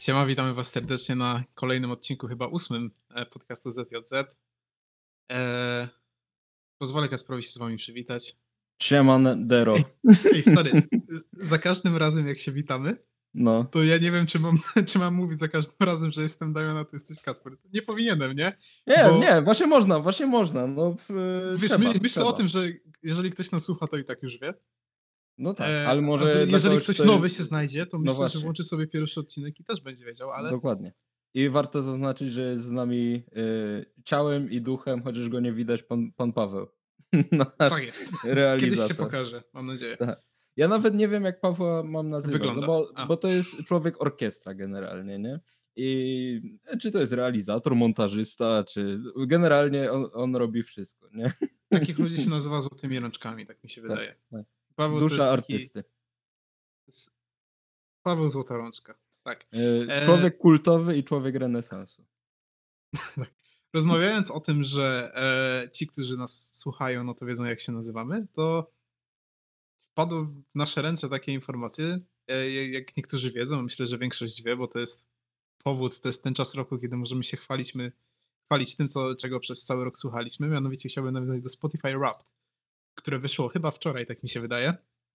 Siema, witamy was serdecznie na kolejnym odcinku, chyba 8 podcastu ZJZ. Eee, Pozwolę Kasprowi się z wami przywitać. Siemanero. Ej, ej stary, za każdym razem jak się witamy, No. to ja nie wiem, czy mam mówić za każdym razem, że jestem Damian, a ty jesteś Kasper. Nie powinienem, nie? Nie, właśnie można. No, Wiesz, myślę o trzeba. tym, że jeżeli ktoś nas słucha, to i tak już wie. No tak, ale A może dla jeżeli kogoś, ktoś kto nowy się znajdzie, to no myślę, że właśnie, włączy sobie pierwszy odcinek i też będzie wiedział, ale dokładnie. I warto zaznaczyć, że jest z nami ciałem i duchem, chociaż go nie widać, pan Paweł. tak Nasz jest. Kiedyś się realizator. pokaże, mam nadzieję. Tak. Ja nawet nie wiem, jak Pawła mam nazywać, no Wygląda. bo to jest człowiek orkiestra generalnie, nie? I czy to jest realizator, montażysta, czy generalnie on robi wszystko, nie? Takich ludzi się nazywa złotymi rączkami, tak mi się Tak, wydaje. tak. Paweł to Dusza jest taki. artysty. s- Paweł Złota Rączka. Tak. Człowiek kultowy i człowiek renesansu. Tak. Rozmawiając o tym, że ci, którzy nas słuchają, no to wiedzą, jak się nazywamy, to wpadły w nasze ręce takie informacje, jak niektórzy wiedzą, myślę, że większość wie, bo to jest powód, to jest ten czas roku, kiedy możemy się chwalić tym, czego przez cały rok słuchaliśmy. Mianowicie chciałbym nawiązać do Spotify Wrapped, które wyszło chyba wczoraj, tak mi się wydaje.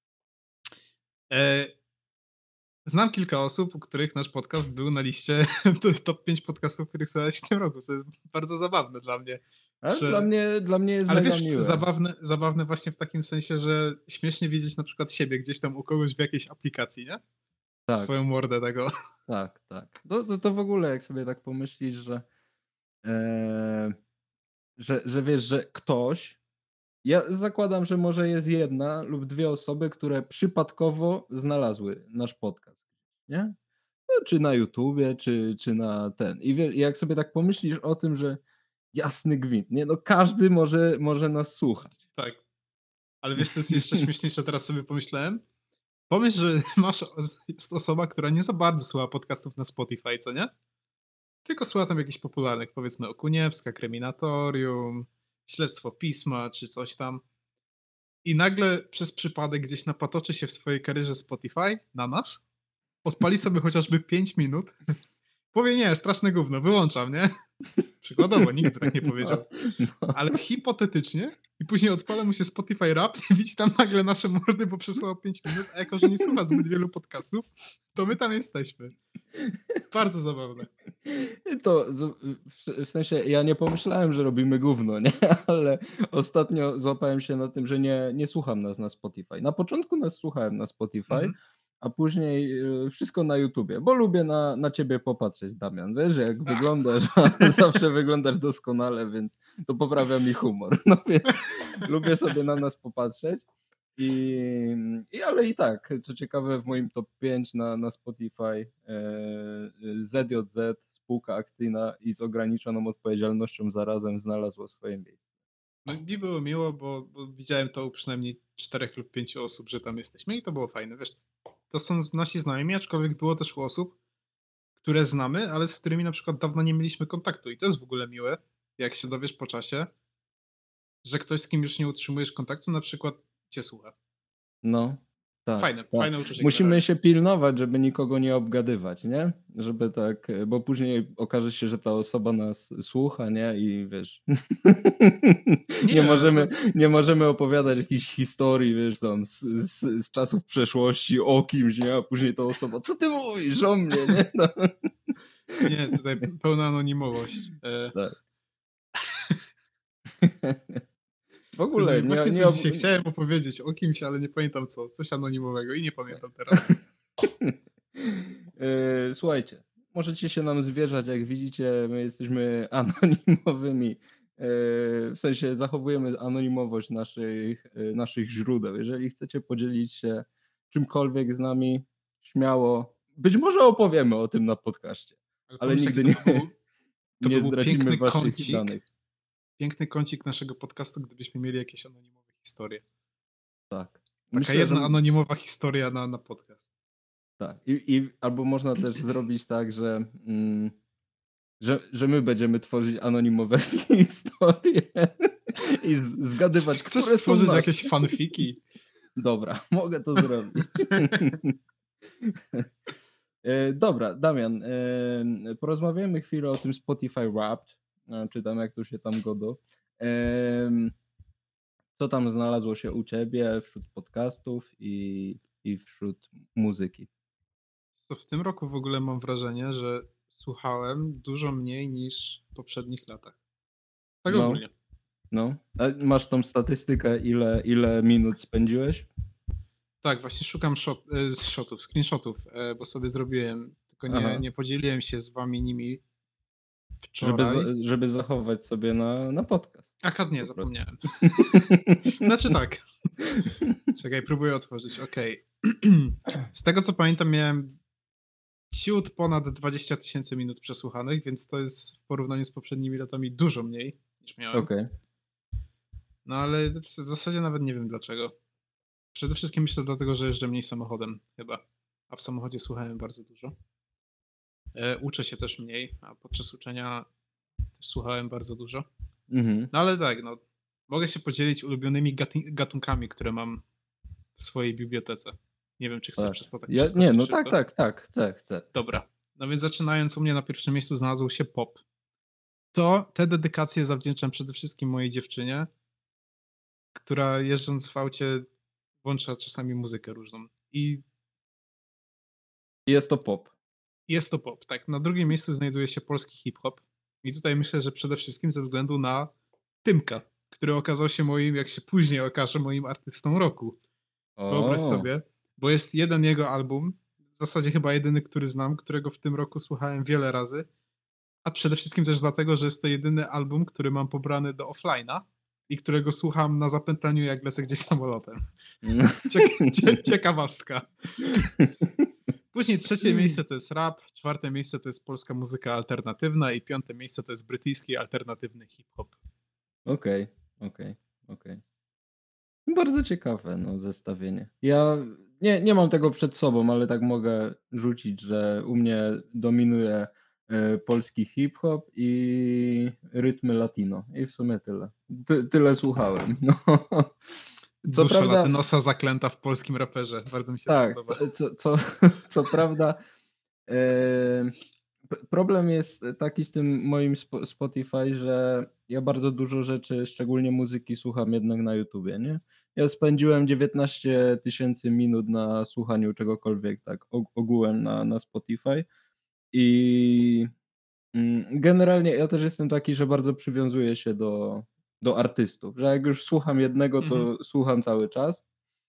E, Znam kilka osób, u których nasz podcast był na liście top 5 podcastów, których słuchałeś w tym roku. To jest bardzo zabawne dla mnie. Ale Że... dla mnie jest Ale mega wiesz, miłe. zabawne właśnie w takim sensie, że śmiesznie widzieć na przykład siebie gdzieś tam u kogoś w jakiejś aplikacji, nie? Tak, Swoją mordę tego. tak. To w ogóle, jak sobie tak pomyślisz, e, że wiesz, że ktoś. Ja zakładam, że może jest jedna lub dwie osoby, które przypadkowo znalazły nasz podcast, nie? No, czy na YouTubie, czy na ten. I jak sobie tak pomyślisz o tym, że jasny gwint, nie? No każdy może nas słuchać. Tak. Ale wiesz, co jest jeszcze śmieszniejsze, teraz sobie pomyślałem? Pomyśl, że jest osoba, która nie za bardzo słucha podcastów na Spotify, co nie? Tylko słucha tam jakichś popularnych, powiedzmy Okuniewska, Kryminatorium, Śledztwo Pisma, czy coś tam. I nagle przez przypadek gdzieś napatoczy się w swojej karierze Spotify na nas, odpali sobie chociażby 5 minut, powie nie, straszne gówno, wyłączam, nie? Przykładowo, nikt by tak nie powiedział. No. Ale hipotetycznie i później odpala mu się Spotify Rap i widzi tam nagle nasze mordy, bo przesłał 5 minut, a jako, że nie słucha zbyt wielu podcastów, to my tam jesteśmy. Bardzo zabawne. W sensie ja nie pomyślałem, że robimy gówno, nie? Ale ostatnio złapałem się na tym, że nie słucham nas na Spotify. Na początku nas słuchałem na Spotify, Mhm. a później wszystko na YouTubie, bo lubię na ciebie popatrzeć, Damian. Wiesz, jak wyglądasz, zawsze wyglądasz doskonale, więc to poprawia mi humor. No więc lubię sobie na nas popatrzeć. Ale i tak, co ciekawe, w moim top 5 na Spotify ZJZ, spółka akcyjna i z ograniczoną odpowiedzialnością zarazem znalazło swoje miejsce. No mi było miło, bo widziałem to u przynajmniej 4 lub 5 osób, że tam jesteśmy i to było fajne. Wiesz, to są nasi znajomi, aczkolwiek było też u osób, które znamy, ale z którymi na przykład dawno nie mieliśmy kontaktu i to jest w ogóle miłe, jak się dowiesz po czasie, że ktoś, z kim już nie utrzymujesz kontaktu, na przykład cię słucha. No, tak, Fajne, tak. fajne uczucie Musimy generalnie. się pilnować, żeby nikogo nie obgadywać, nie? Żeby tak, bo później okaże się, że ta osoba nas słucha, nie? I wiesz, Nie, nie to, możemy, nie możemy opowiadać jakichś historii, wiesz, tam z czasów przeszłości o kimś, nie? A później ta osoba, co ty mówisz o mnie, nie? No. nie, tutaj pełna anonimowość. Tak. W ogóle Właśnie coś dzisiaj chciałem opowiedzieć o kimś, ale nie pamiętam co. Coś anonimowego i nie pamiętam teraz. Słuchajcie, możecie się nam zwierzać, jak widzicie, my jesteśmy anonimowymi, w sensie zachowujemy anonimowość naszych źródeł. Jeżeli chcecie podzielić się czymkolwiek z nami, śmiało, być może opowiemy o tym na podcaście, Ale ale pomyśl, nigdy jaki to nie by był zdradzimy piękny waszych kącik, danych. piękny kącik naszego podcastu, gdybyśmy mieli jakieś anonimowe historie. Tak. Taka Myślę, że jedna anonimowa historia na podcast. tak. Albo można też zrobić tak, że my będziemy tworzyć anonimowe historie i zgadywać, Chcesz które są stworzyć nasze. jakieś fanfiki? Dobra, mogę to zrobić. Dobra, Damian, porozmawiajmy chwilę o tym Spotify Wrapped, czy tam jak to się tam godo. Em, Co tam znalazło się u ciebie wśród podcastów i wśród muzyki? To w tym roku w ogóle mam wrażenie, że słuchałem dużo mniej niż w poprzednich latach. Tak No, ogólnie. no. A masz tą statystykę, ile minut spędziłeś? Tak, właśnie szukam screenshotów, bo sobie zrobiłem, tylko Aha. nie podzieliłem się z wami nimi Żeby, wczoraj. żeby zachować sobie na podcast. Nie, Po prostu. zapomniałem. Znaczy tak. Czekaj, próbuję otworzyć. Okej. Z tego co pamiętam, miałem ciut ponad 20 000 minut przesłuchanych, więc to jest w porównaniu z poprzednimi latami dużo mniej niż miałem. Okej. No ale w zasadzie nawet nie wiem dlaczego. Przede wszystkim myślę dlatego, że jeżdżę mniej samochodem chyba, a w samochodzie słuchałem bardzo dużo. Uczę się też mniej, a podczas uczenia też słuchałem bardzo dużo. Mhm. No ale tak, no, mogę się podzielić ulubionymi gatunkami, które mam w swojej bibliotece. Nie wiem, czy chcesz Tak. przez to tak Nie, przeskoczyć no szybko? tak, chcę. Dobra. No więc zaczynając, u mnie na pierwszym miejscu znalazł się pop. Te dedykacje zawdzięczam przede wszystkim mojej dziewczynie, która jeżdżąc w aucie włącza czasami muzykę różną. I Jest to pop. jest to pop, tak. Na drugim miejscu znajduje się polski hip-hop. I tutaj myślę, że przede wszystkim ze względu na Tymka, który okazał się moim, jak się później okaże, moim artystą roku. Wyobraź O, sobie, bo jest jeden jego album, w zasadzie chyba jedyny, który znam, którego w tym roku słuchałem wiele razy, a przede wszystkim też dlatego, że jest to jedyny album, który mam pobrany do offline'a i którego słucham na zapętleniu, jak lecę gdzieś samolotem. Ciekawostka. Później trzecie miejsce to jest rap, czwarte miejsce to jest polska muzyka alternatywna i piąte miejsce to jest brytyjski alternatywny hip-hop. Okej. Bardzo ciekawe, no, zestawienie. Ja nie mam tego przed sobą, ale tak mogę rzucić, że u mnie dominuje polski hip-hop i rytmy latino. I w sumie tyle. Tyle słuchałem. No. Co Dusza prawda, latynosa zaklęta w polskim raperze. Bardzo mi się to tak, podoba. co prawda, e, problem jest taki z tym moim Spotify, że ja bardzo dużo rzeczy, szczególnie muzyki, słucham jednak na YouTubie, nie? Ja spędziłem 19 000 minut na słuchaniu czegokolwiek tak ogółem na Spotify i generalnie ja też jestem taki, że bardzo przywiązuję się do artystów, że jak już słucham jednego, Mhm. to słucham cały czas.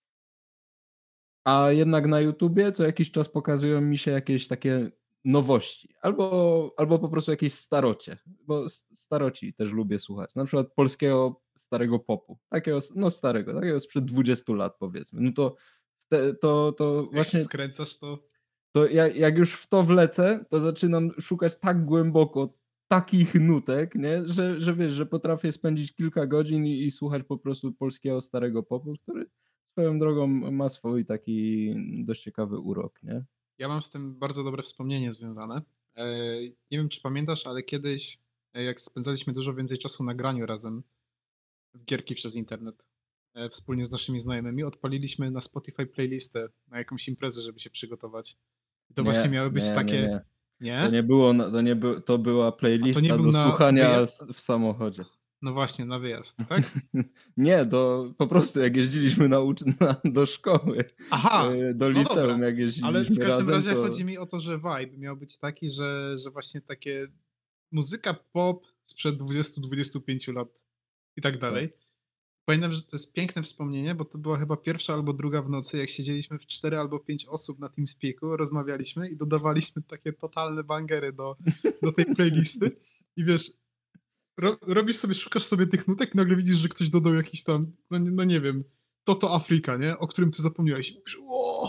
A jednak na YouTubie co jakiś czas pokazują mi się jakieś takie nowości albo po prostu jakieś starocie, bo staroci też lubię słuchać. Na przykład polskiego starego popu, takiego no starego, takiego sprzed 20 lat powiedzmy. No to to Jak się właśnie wkręcasz, to to jak już w to wlecę, to zaczynam szukać tak głęboko takich nutek, nie, że wiesz, że potrafię spędzić kilka godzin i słuchać po prostu polskiego starego popu, który swoją drogą ma swój taki dość ciekawy urok, nie? ja mam z tym bardzo dobre wspomnienie związane. Nie wiem, czy pamiętasz, ale kiedyś, jak spędzaliśmy dużo więcej czasu na graniu razem w gierki przez internet, wspólnie z naszymi znajomymi, odpaliliśmy na Spotify playlistę na jakąś imprezę, żeby się przygotować. I to właśnie Nie, miały być nie, nie, takie... nie. To Nie? nie było, to była A to nie playlista był do na słuchania wyjazd? w samochodzie. No właśnie, na wyjazd, tak? Nie, to po prostu jak jeździliśmy do szkoły, Aha, do no dobra. liceum, jak Ale w jeździliśmy każdym razem, razie to chodzi mi o to, że vibe miał być taki, że właśnie takie muzyka pop sprzed 20-25 lat i tak tak. dalej. Pamiętam, że to jest piękne wspomnienie, bo to była chyba pierwsza albo druga w nocy, jak siedzieliśmy w 4 albo 5 osób na TeamSpeaku, rozmawialiśmy i dodawaliśmy takie totalne bangery do tej playlisty. I wiesz, robisz sobie, szukasz sobie tych nutek i nagle widzisz, że ktoś dodał jakiś tam, no nie wiem, to Afryka, nie? O którym ty zapomniałeś. I mówisz,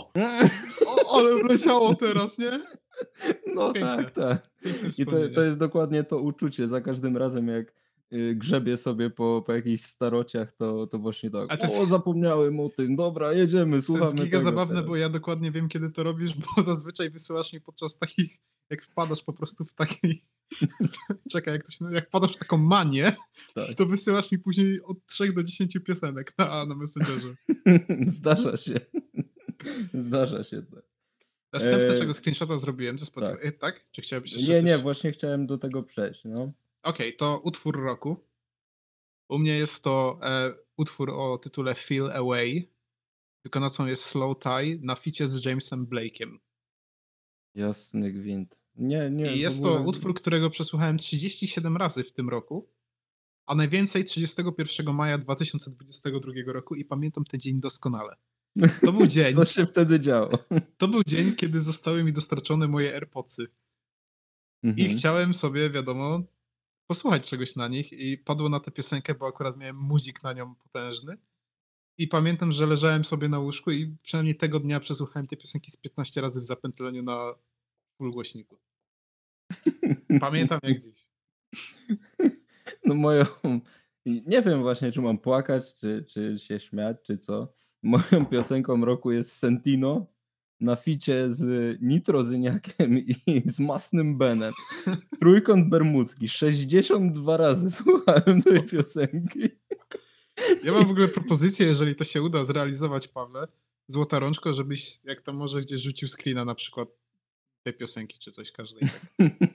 ale wleciało teraz, nie? No Piękne, tak, tak. piękne I to wspomnienie. jest dokładnie to uczucie. Za każdym razem, jak grzebię sobie po jakichś starociach, to właśnie tak. A O, zapomniałem o tym. Dobra, jedziemy, to jest słuchamy giga tego zabawne, bo teraz. ja dokładnie wiem, kiedy to robisz, bo zazwyczaj wysyłasz mi podczas takich, jak wpadasz po prostu w takiej, czekaj, jak wpadasz w taką manię, Tak. to wysyłasz mi później od 3 do 10 piosenek na Messengerze. Zdarza się. Zdarza się tak. Następne, E, czego screenshota zrobiłem ze tak. Spotify, tak? Czy chciałbyś jeszcze Nie, coś? właśnie chciałem do tego przejść, no. Okej, to utwór roku. U mnie jest to utwór o tytule Feel Away. Wykonawcą jest Slow Tie na ficie z Jamesem Blake'em. Jasny gwint. Nie, I w jest to ogóle utwór, którego przesłuchałem 37 razy w tym roku, a najwięcej 31 maja 2022 roku i pamiętam ten dzień doskonale. To był co dzień, się wtedy działo? to był dzień, kiedy zostały mi dostarczone moje AirPodsy. I Mhm. chciałem sobie, wiadomo, posłuchać czegoś na nich i padło na tę piosenkę, bo akurat miałem muzik na nią potężny. I pamiętam, że leżałem sobie na łóżku i przynajmniej tego dnia przesłuchałem te piosenki z 15 razy w zapętleniu na full głośniku. Pamiętam jak dziś. No moją nie wiem właśnie, czy mam płakać, czy się śmiać, czy co. Moją piosenką roku jest Sentino na ficie z Nitrozyniakiem i z Masnym Benem. Trójkąt bermudzki. 62 razy słuchałem tej piosenki. Ja mam w ogóle propozycję, jeżeli to się uda zrealizować, Pawle, złota rączko, żebyś jak tam może gdzieś rzucił screena na przykład tej piosenki czy coś każdej. Tak.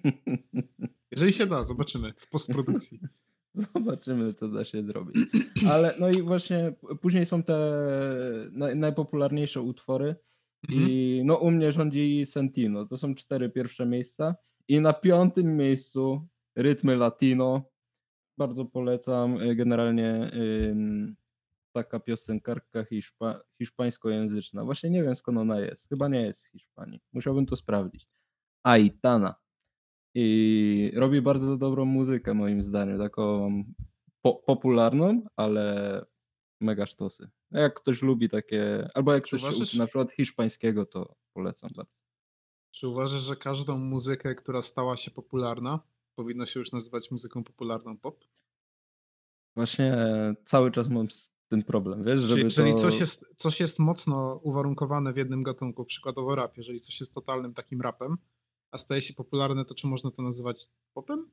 Jeżeli się da, zobaczymy w postprodukcji. Zobaczymy, co da się zrobić. Ale no i właśnie później są te najpopularniejsze utwory Mhm. i no u mnie rządzi Sentino. To są 4 pierwsze miejsca i na 5. miejscu rytmy latino. Bardzo polecam. Generalnie taka piosenkarka hiszpańskojęzyczna. Właśnie nie wiem, skąd ona jest. Chyba nie jest z Hiszpanii. Musiałbym to sprawdzić. Aitana. I robi bardzo dobrą muzykę moim zdaniem, taką popularną, ale mega sztosy. Jak ktoś lubi takie albo jak Czy ktoś się uczy uważasz, na przykład hiszpańskiego, to polecam bardzo. czy uważasz, że każdą muzykę, która stała się popularna, powinno się już nazywać muzyką popularną pop? Właśnie cały czas mam z tym problem, wiesz, Czy żeby jeżeli to coś jest mocno uwarunkowane w jednym gatunku, przykładowo rap, jeżeli coś jest totalnym takim rapem, a staje się popularne, to czy można to nazywać popem?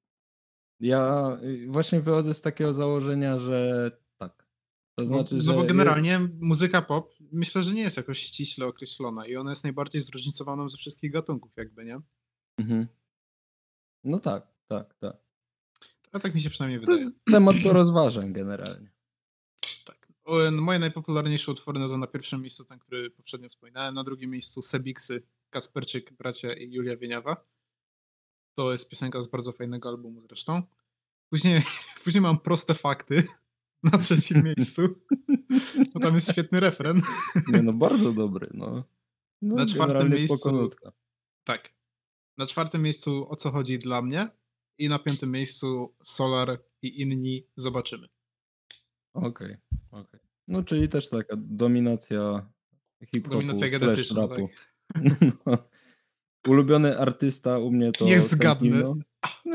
ja właśnie wychodzę z takiego założenia, że tak. To Bo, znaczy, no bo że generalnie muzyka pop myślę, że nie jest jakoś ściśle określona i ona jest najbardziej zróżnicowaną ze wszystkich gatunków jakby, nie? mhm. No tak, tak, tak. A tak mi się przynajmniej To wydaje. jest temat do rozważań generalnie. Tak. Moje najpopularniejsze utwory no to na pierwszym miejscu ten, który poprzednio wspominałem, na drugim miejscu Sebiksy, Kasperczyk, bracia i Julia Wieniawa. To jest piosenka z bardzo fajnego albumu zresztą. Później, później mam Proste Fakty na trzecim miejscu, bo tam jest świetny refren. Nie no, bardzo dobry, no. Na No czwartym generalnie spoko miejscu, nutka. tak, na czwartym miejscu O co chodzi dla mnie i na piątym miejscu Solar i inni zobaczymy. Okej, okej. No, czyli też taka dominacja hip-hopu Dominacja slash genetyczna, tak. rapu. No. Ulubiony artysta u mnie Niech to zgadnę. Sentino.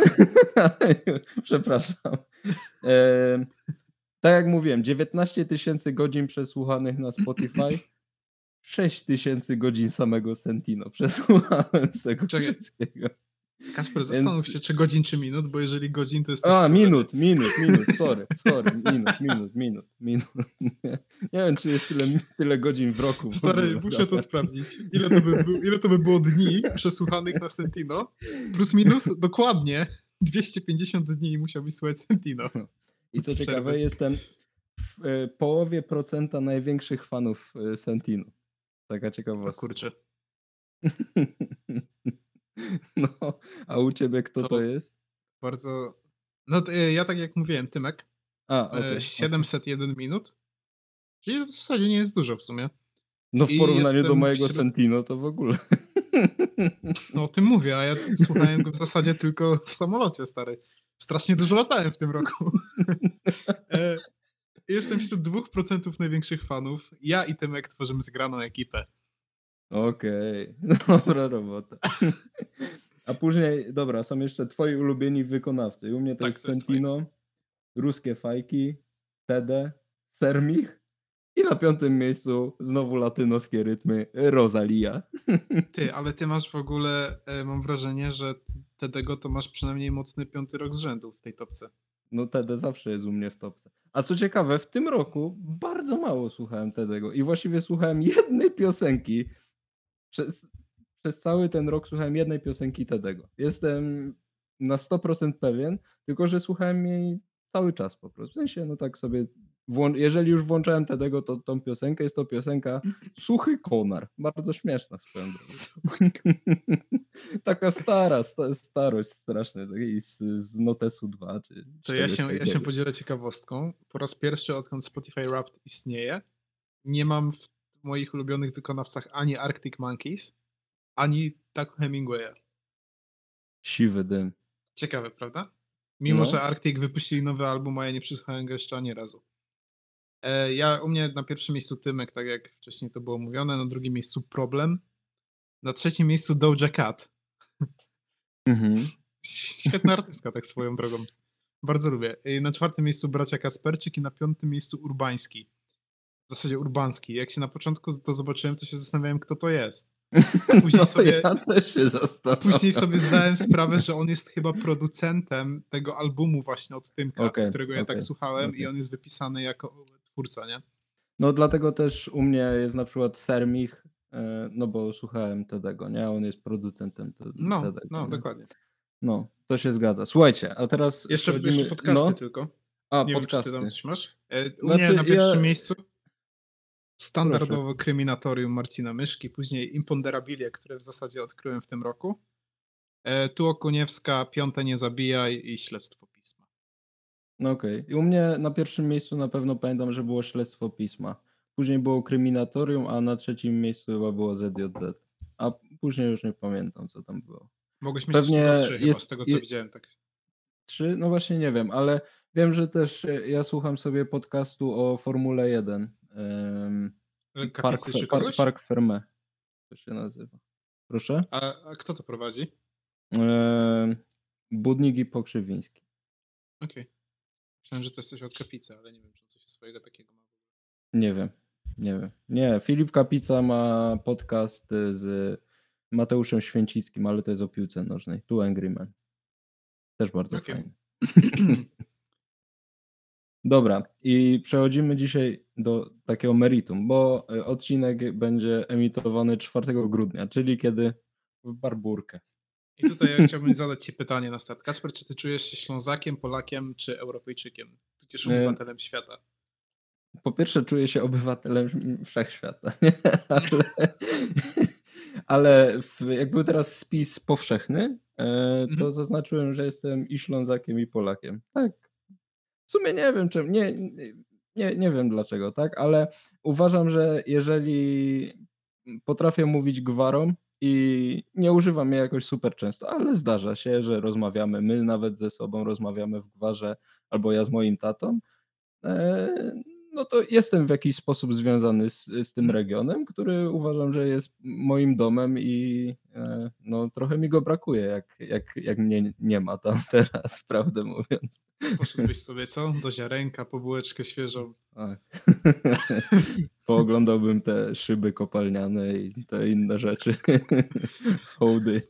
Przepraszam. Em, tak jak mówiłem, 19 000 godzin przesłuchanych na Spotify, 6 000 godzin samego Sentino przesłuchałem z tego Czekaj, wszystkiego. Kasper, zastanów Więc się, czy godzin, czy minut, bo jeżeli godzin, to jesteś w A, problemie. minut, sorry, minut. Nie wiem, czy jest tyle godzin w roku w Stary, ogóle, muszę to ale sprawdzić. Ile to by było dni przesłuchanych na Sentino? Plus minus dokładnie 250 dni musiałbyś słuchać Sentino. i co Bez ciekawe, przerwy. jestem w połowie procenta największych fanów Sentino. Taka O ciekawostka. kurczę. No, a u ciebie kto to To jest? bardzo... No to, ja tak jak mówiłem, Tymek, A, okej. 701 minut, czyli w zasadzie nie jest dużo w sumie. No w I porównaniu do jestem mojego Sentino to w ogóle. No o tym mówię, a ja słuchałem go w zasadzie tylko w samolocie, stary. Strasznie dużo latałem w tym roku. E, Jestem wśród 2% największych fanów. Ja i Tymek tworzymy zgraną ekipę. Okej, dobra robota. A później, dobra, są jeszcze twoi ulubieni wykonawcy. U mnie to Tak, jest to jest fajne. Sentino, Ruskie Fajki, Tede, Sermich i na 5. miejscu znowu latynoskie rytmy Rosalia. Ty, ale ty masz w ogóle, mam wrażenie, że Tedego to masz przynajmniej mocny 5. rok z rzędu w tej topce. No Tede zawsze jest u mnie w topce. A co ciekawe, w tym roku bardzo mało słuchałem Tedego i właściwie słuchałem jednej piosenki przez przez cały ten rok słuchałem jednej piosenki Tedego. Jestem na 100% pewien, tylko że słuchałem jej cały czas po prostu. W sensie, no tak sobie, jeżeli już włączałem Tedego, to tą piosenkę, jest to piosenka Suchy Konar. Bardzo śmieszna swoją drogą. Taka stara, starość straszna, takiej z Notesu 2, czy To czegoś ja się takiego. podzielę ciekawostką. Po raz pierwszy, odkąd Spotify Wrapped istnieje, nie mam w moich ulubionych wykonawcach ani Arctic Monkeys, ani Taku Hemingwaya. Siwy dym. Ciekawe, prawda? Mimo, że No. Arctic wypuścili nowy album, a ja nie przesłuchałem go jeszcze ani razu. U mnie na pierwszym miejscu Tymek, tak jak wcześniej to było mówione, na drugim miejscu Problem, na trzecim miejscu Doja Cat. Mhm. Świetna artystka, tak swoją drogą. Bardzo lubię. Na czwartym miejscu Bracia Kasperczyk i na piątym miejscu Urbański. W zasadzie Urbanski. Jak się na początku to zobaczyłem, to się zastanawiałem, kto to jest. Później, No, ja też się zastanawiam. później sobie zdałem sprawę, że on jest chyba producentem tego albumu właśnie od Tymka, którego ja tak słuchałem i on jest wypisany jako twórca, nie? No dlatego też u mnie jest na przykład Sermich, no bo słuchałem Tedego, nie? On jest producentem Tedego, No, nie? dokładnie. No, to się zgadza. Słuchajcie, a teraz Jeszcze przechodzimy... podcasty No, tylko. a Nie wiem, czy ty tam podcasty. coś masz. U mnie Znaczy na pierwszym ja... miejscu Proszę. standardowo Kryminatorium Marcina Myszki, później Imponderabilie, które w zasadzie odkryłem w tym roku. Tu Okuniewska, Piąte Nie Zabijaj i Śledztwo Pisma. No okej. I u mnie na pierwszym miejscu na pewno pamiętam, że było Śledztwo Pisma. Później było Kryminatorium, a na trzecim miejscu chyba było ZJZ. A później już nie pamiętam, co tam było. Mogłeś mieć jeszcze Pewnie chyba 3 chyba, z tego co widziałem. Tak. 3? No właśnie nie wiem, ale wiem, że też ja słucham sobie podcastu o Formule 1. Kapicy czy kogoś? Park Fermé to się nazywa. Proszę? A kto to prowadzi? Budnik i Pokrzywiński. Okej. Myślałem, że to jest coś od Kapicy, ale nie wiem, czy coś swojego takiego ma. Nie wiem. Nie, Filip Kapica ma podcast z Mateuszem Święcickim, ale to jest o piłce nożnej. Tu Angry Man. Też bardzo fajny. Dobra, i przechodzimy dzisiaj do takiego meritum, bo odcinek będzie emitowany 4 grudnia, czyli kiedy w Barburkę. I tutaj ja chciałbym zadać ci pytanie na start. Kacper, czy ty czujesz się Ślązakiem, Polakiem czy Europejczykiem? Tudzież obywatelem świata? Po pierwsze czuję się obywatelem wszechświata, nie? Ale jak był teraz spis powszechny, to zaznaczyłem, że jestem i Ślązakiem, i Polakiem. Tak. W sumie nie wiem czemu, nie wiem dlaczego, tak? Ale uważam, że jeżeli potrafię mówić gwarą i nie używam jej jakoś super często, ale zdarza się, że rozmawiamy, my nawet ze sobą rozmawiamy w gwarze, albo ja z moim tatą, no to jestem w jakiś sposób związany z tym regionem, który uważam, że jest moim domem i no trochę mi go brakuje, jak mnie nie ma tam teraz, prawdę mówiąc. Poszedłbyś sobie co? Do ziarenka, po bułeczkę świeżą. Tak. Pooglądałbym te szyby kopalniane i te inne rzeczy. Hołdy.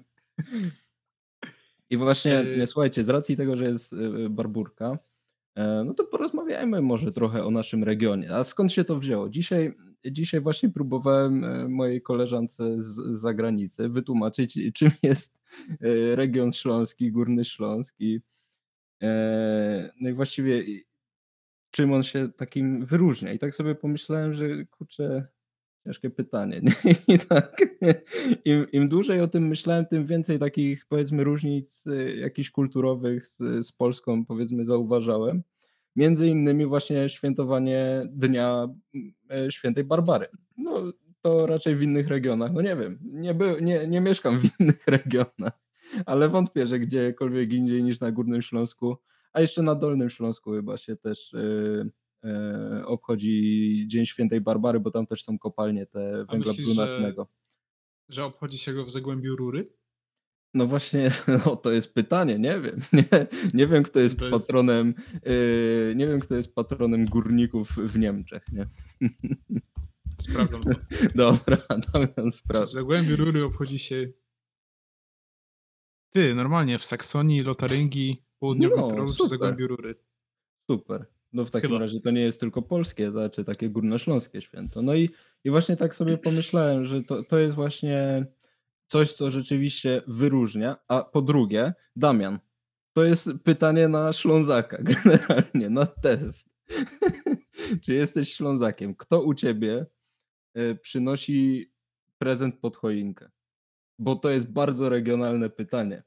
I właśnie, słuchajcie, z racji tego, że jest Barburka, no to porozmawiajmy może trochę o naszym regionie. A skąd się to wzięło? Dzisiaj właśnie próbowałem mojej koleżance z zagranicy wytłumaczyć, czym jest region śląski, Górny Śląsk no i właściwie czym on się takim wyróżnia. I tak sobie pomyślałem, że kurczę, ciężkie pytanie. Nie? I tak, im dłużej o tym myślałem, tym więcej takich powiedzmy różnic jakichś kulturowych z Polską powiedzmy zauważałem. Między innymi właśnie świętowanie Dnia Świętej Barbary. No to raczej w innych regionach, no nie wiem, nie mieszkam w innych regionach, ale wątpię, że gdziekolwiek indziej niż na Górnym Śląsku, a jeszcze na Dolnym Śląsku chyba się też obchodzi Dzień Świętej Barbary, bo tam też są kopalnie te węgla brunatnego. Że obchodzi się go w Zagłębiu Rury? No właśnie, no to jest pytanie, nie wiem. Nie wiem, kto jest patronem, nie wiem, kto jest patronem górników w Niemczech, nie? Sprawdzam to. Dobra, Damian, sprawdź. W Zagłębiu Rury obchodzi się normalnie w Saksonii, Lotaryngii, Południowym Tyrolu czy Zagłębiu Rury. Super. No w takim razie to nie jest tylko polskie, znaczy takie górnośląskie święto. No i właśnie tak sobie pomyślałem, że to jest właśnie coś, co rzeczywiście wyróżnia. A po drugie, Damian, to jest pytanie na Ślązaka generalnie, na test. Czy jesteś Ślązakiem? Kto u ciebie przynosi prezent pod choinkę? Bo to jest bardzo regionalne pytanie.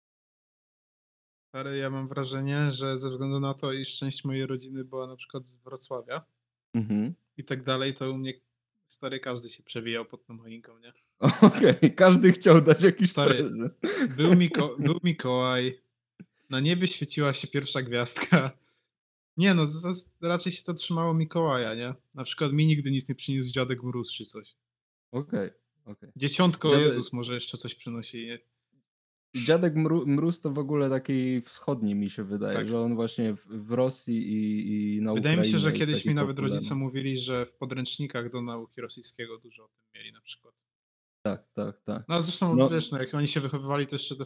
Ale ja mam wrażenie, że ze względu na to, iż część mojej rodziny była na przykład z Wrocławia Mhm. i tak dalej, to u mnie stary każdy się przewijał pod tą choinką, nie? Okej, każdy chciał dać jakiś Stary, prezent. był Mikołaj, na niebie świeciła się pierwsza gwiazdka. Nie no, raczej się to trzymało Mikołaja, nie? Na przykład mi nigdy nic nie przyniósł Dziadek Mróz czy coś. Okej, okej. Dzieciątko Dziadek Jezus może jeszcze coś przynosi, nie? Dziadek Mróz to w ogóle taki wschodni mi się wydaje, Tak. że on właśnie w Rosji i na Wydaje mi się, że Ukrainie jest kiedyś taki mi nawet rodzice popularny. mówili, że w podręcznikach do nauki rosyjskiego dużo o tym mieli na przykład. Tak, tak, tak. No a zresztą No, wiesz, no jak oni się wychowywali, to jeszcze te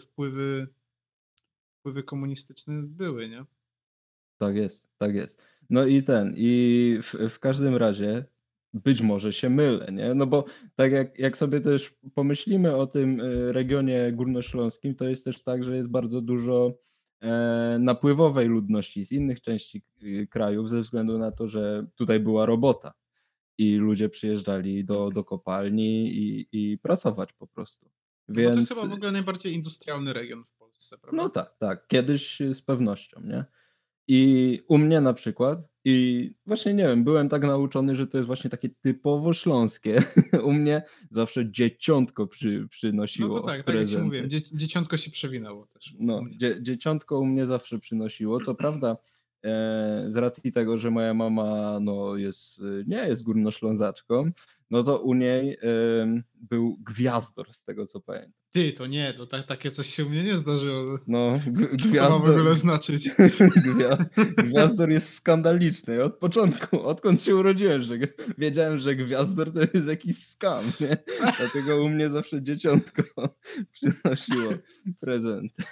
wpływy komunistyczne były, nie? tak jest, tak jest. No i w każdym razie być może się mylę, nie? No bo tak jak sobie też pomyślimy o tym regionie górnośląskim, to jest też tak, że jest bardzo dużo napływowej ludności z innych części krajów ze względu na to, że tutaj była robota i ludzie przyjeżdżali do kopalni i pracować po prostu. No bo to jest Więc chyba w ogóle najbardziej industrialny region w Polsce, no prawda? tak, tak, kiedyś z pewnością, nie? I u mnie na przykład i właśnie nie wiem, byłem tak nauczony, że to jest właśnie takie typowo śląskie. U mnie zawsze dzieciątko No to przynosiło tak, tak jak ci mówiłem, prezenty. dzieciątko się przewinęło też u No, mnie. dzieciątko u mnie zawsze przynosiło. Co prawda, z racji tego, że moja mama no, nie jest górnoślązaczką, no to u niej był gwiazdor, z tego co pamiętam. Ty, to nie, to takie coś się u mnie nie zdarzyło. No, Co to ma w gwiazdor, ogóle znaczyć? gwiazdor jest skandaliczny. Od początku, odkąd się urodziłem, że wiedziałem, że gwiazdor to jest jakiś skam, nie? Dlatego u mnie zawsze dzieciątko przynosiło prezenty.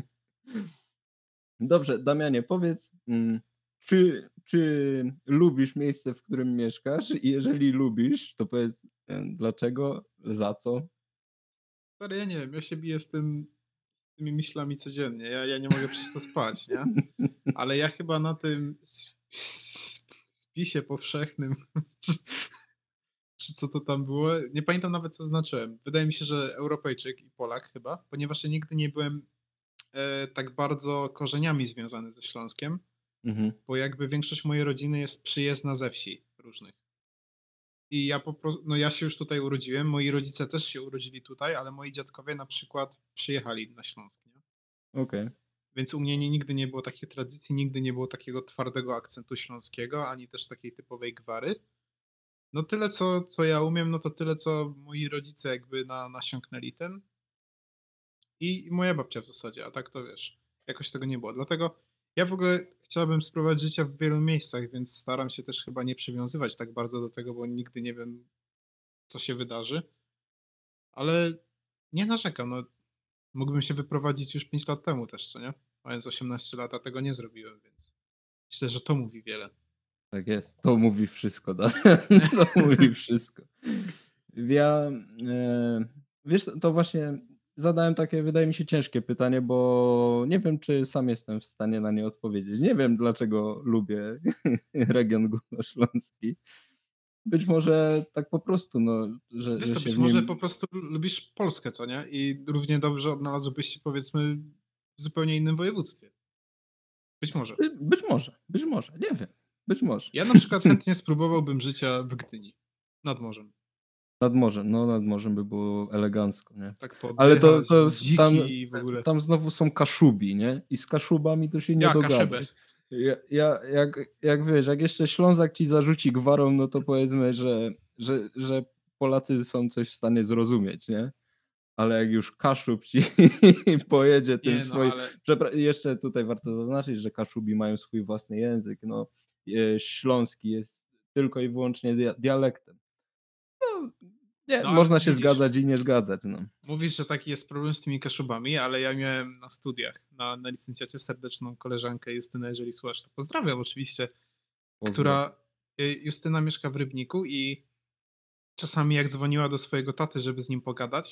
Dobrze, Damianie, powiedz, czy lubisz miejsce, w którym mieszkasz? I jeżeli lubisz, to powiedz, dlaczego, za co? Stary, ja nie wiem, ja się biję tymi myślami codziennie. Ja nie mogę przez to spać, nie? Ale ja chyba na tym spisie powszechnym, czy, czy co to tam było, nie pamiętam nawet co znaczyłem. Wydaje mi się, że Europejczyk i Polak chyba, ponieważ ja nigdy nie byłem tak bardzo korzeniami związany ze Śląskiem, Mhm, bo jakby większość mojej rodziny jest przyjezdna ze wsi różnych. I ja po prostu, no ja się już tutaj urodziłem, moi rodzice też się urodzili tutaj, ale moi dziadkowie na przykład przyjechali na Śląsk, nie? okej. Więc u mnie nigdy nie było takiej tradycji, nigdy nie było takiego twardego akcentu śląskiego, ani też takiej typowej gwary. No tyle, co ja umiem, no to tyle, co moi rodzice jakby nasiąknęli ten i moja babcia w zasadzie, a tak to wiesz, jakoś tego nie było. Dlatego ja w ogóle chciałbym spróbować życia w wielu miejscach, więc staram się też chyba nie przywiązywać tak bardzo do tego, bo nigdy nie wiem, co się wydarzy. Ale nie narzekam, no mógłbym się wyprowadzić już 5 lat temu też, co nie? Mając 18 lat, a tego nie zrobiłem, więc myślę, że to mówi wiele. Tak jest. To mówi wszystko, Damian. To mówi wszystko. Ja, wiesz, to właśnie zadałem takie, wydaje mi się, ciężkie pytanie, bo nie wiem, czy sam jestem w stanie na nie odpowiedzieć. Nie wiem, dlaczego lubię region górnośląski. Być może tak po prostu, no, Wiesz że co, się być w może po nim prostu lubisz Polskę, co nie? I równie dobrze odnalazłbyś się, powiedzmy, w zupełnie innym województwie. Być może. być może, nie wiem, być może. Ja na przykład chętnie spróbowałbym życia w Gdyni, nad morzem. Nad morzem by było elegancko, nie? Tak Ale pooddychać, tam dziki i w ogóle. tam znowu są Kaszubi, nie? I z Kaszubami to się nie Ja, Kaszebę. dogadasz. Ja jak wiesz, jak jeszcze Ślązak ci zarzuci gwarą, no to powiedzmy, że Polacy są coś w stanie zrozumieć, nie? Ale jak już Kaszub ci pojedzie tym Nie no, swoim ale jeszcze tutaj warto zaznaczyć, że Kaszubi mają swój własny język, no, śląski jest tylko i wyłącznie dialektem. No, nie, no ale można się widzisz, zgadzać i nie zgadzać, no. mówisz, że taki jest problem z tymi Kaszubami, ale ja miałem na studiach, na licencjacie serdeczną koleżankę Justynę, jeżeli słuchasz, to pozdrawiam oczywiście, Pozdro. która Justyna mieszka w Rybniku i czasami jak dzwoniła do swojego taty, żeby z nim pogadać,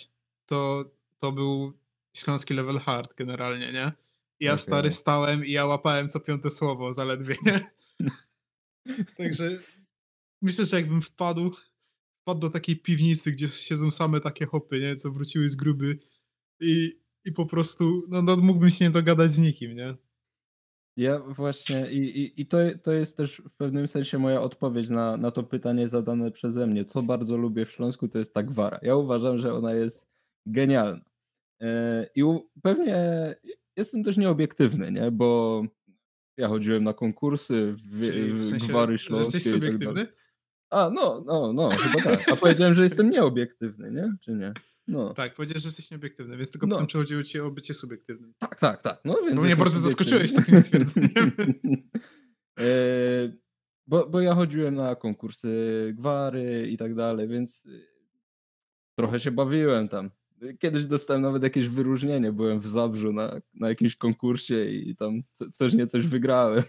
to to był śląski level hard generalnie, nie? Ja stary Okej. stałem i ja łapałem co piąte słowo zaledwie, nie? Także myślę, że jakbym wpadł do takiej piwnicy, gdzie siedzą same takie hopy, nie, co wróciły z gruby i po prostu, no mógłbym się nie dogadać z nikim, nie? Ja właśnie i to jest też w pewnym sensie moja odpowiedź na to pytanie zadane przeze mnie. Co bardzo lubię w Śląsku, to jest ta gwara. Ja uważam, że ona jest genialna. Pewnie jestem też nieobiektywny, nie, bo ja chodziłem na konkursy Czyli w w sensie, gwary że jesteś śląskie i tak dalej. subiektywny? A, no, chyba tak. A powiedziałem, że jestem nieobiektywny, nie? Czy nie? No, Tak, powiedziałeś, że jesteś nieobiektywny, więc tylko potem no. chodziło ci o bycie subiektywnym. Tak. No Bo więc mnie jestem bardzo subiektywny. zaskoczyłeś takim stwierdzeniem. Eee, bo ja chodziłem na konkursy gwary i tak dalej, więc trochę się bawiłem tam. Kiedyś dostałem nawet jakieś wyróżnienie. Byłem w Zabrzu na jakimś konkursie i tam coś niecoś wygrałem.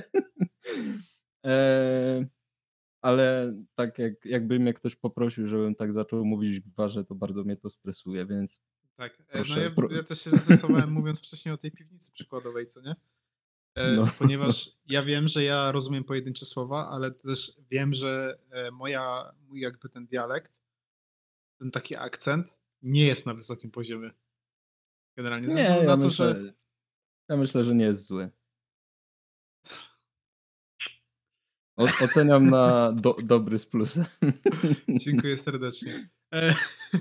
Eee, ale tak jakby mnie ktoś poprosił, żebym tak zaczął mówić w gwarze, to bardzo mnie to stresuje, więc Tak, no proszę, ja też się zestresowałem mówiąc wcześniej o tej piwnicy przykładowej, co nie? no. Ponieważ ja wiem, że ja rozumiem pojedyncze słowa, ale też wiem, że mój jakby ten dialekt, ten taki akcent nie jest na wysokim poziomie generalnie. Ze Nie, względu na to, że ja myślę, że nie jest zły. Oceniam na dobry z plusem. dziękuję serdecznie. E,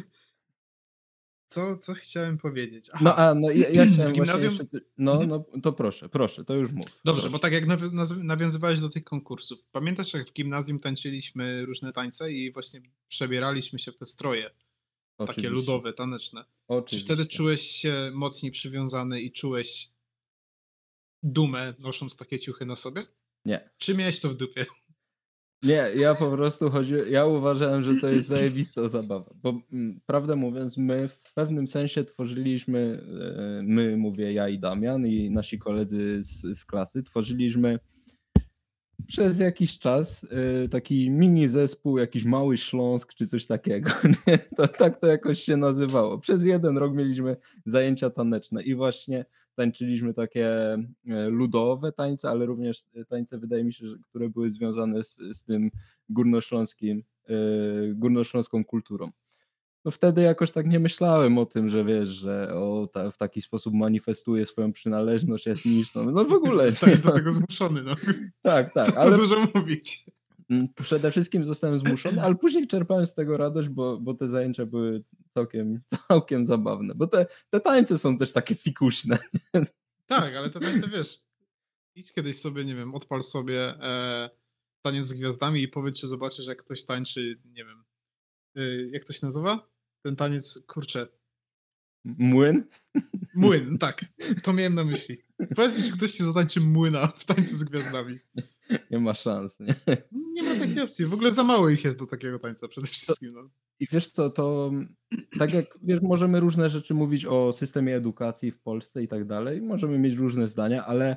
co chciałem powiedzieć? No, Aha, no ja w chciałem właśnie gimnazjum. jeszcze Mhm. no, to proszę, to już mów, Dobrze, bo proszę. tak jak nawiązywałeś do tych konkursów. Pamiętasz, jak w gimnazjum tańczyliśmy różne tańce i właśnie przebieraliśmy się w te stroje, takie Oczywiście, ludowe, taneczne. Czy wtedy oczywiście. czułeś się mocniej przywiązany i czułeś dumę, nosząc takie ciuchy na sobie? Nie. Czy miałeś to w dupie? Nie, ja po prostu ja uważałem, że to jest zajebista zabawa, bo, prawdę mówiąc, my w pewnym sensie tworzyliśmy, my mówię ja i Damian i nasi koledzy z klasy, tworzyliśmy przez jakiś czas, taki mini zespół, jakiś Mały Śląsk czy coś takiego, nie? Tak to jakoś się nazywało. Przez 1 rok mieliśmy zajęcia taneczne i właśnie tańczyliśmy takie, ludowe tańce, ale również, tańce wydaje mi się, że które były związane z tym górnośląskim, górnośląską kulturą. No wtedy jakoś tak nie myślałem o tym, że wiesz, że w taki sposób manifestuję swoją przynależność etniczną. No w ogóle nie. Zostałeś do tego zmuszony, no. Co Tak, tu ale dużo mówić. Przede wszystkim zostałem zmuszony, ale później czerpałem z tego radość, bo te zajęcia były całkiem zabawne. Bo te tańce są też takie fikuśne. Tak, ale te tańce, wiesz, idź kiedyś sobie, nie wiem, odpal sobie taniec z gwiazdami i powiedz, czy zobaczysz, jak ktoś tańczy, nie wiem, jak to się nazywa? Ten taniec, kurczę, Młyn? młyn, tak, to miałem na myśli. Powiedz mi, czy ktoś ci zatańczy młyna w tańcu z gwiazdami. Nie ma szans, nie? Nie ma takiej opcji. W ogóle za mało ich jest do takiego tańca przede To wszystkim. No. I wiesz co, tak jak wiesz, możemy różne rzeczy mówić o systemie edukacji w Polsce i tak dalej, możemy mieć różne zdania, ale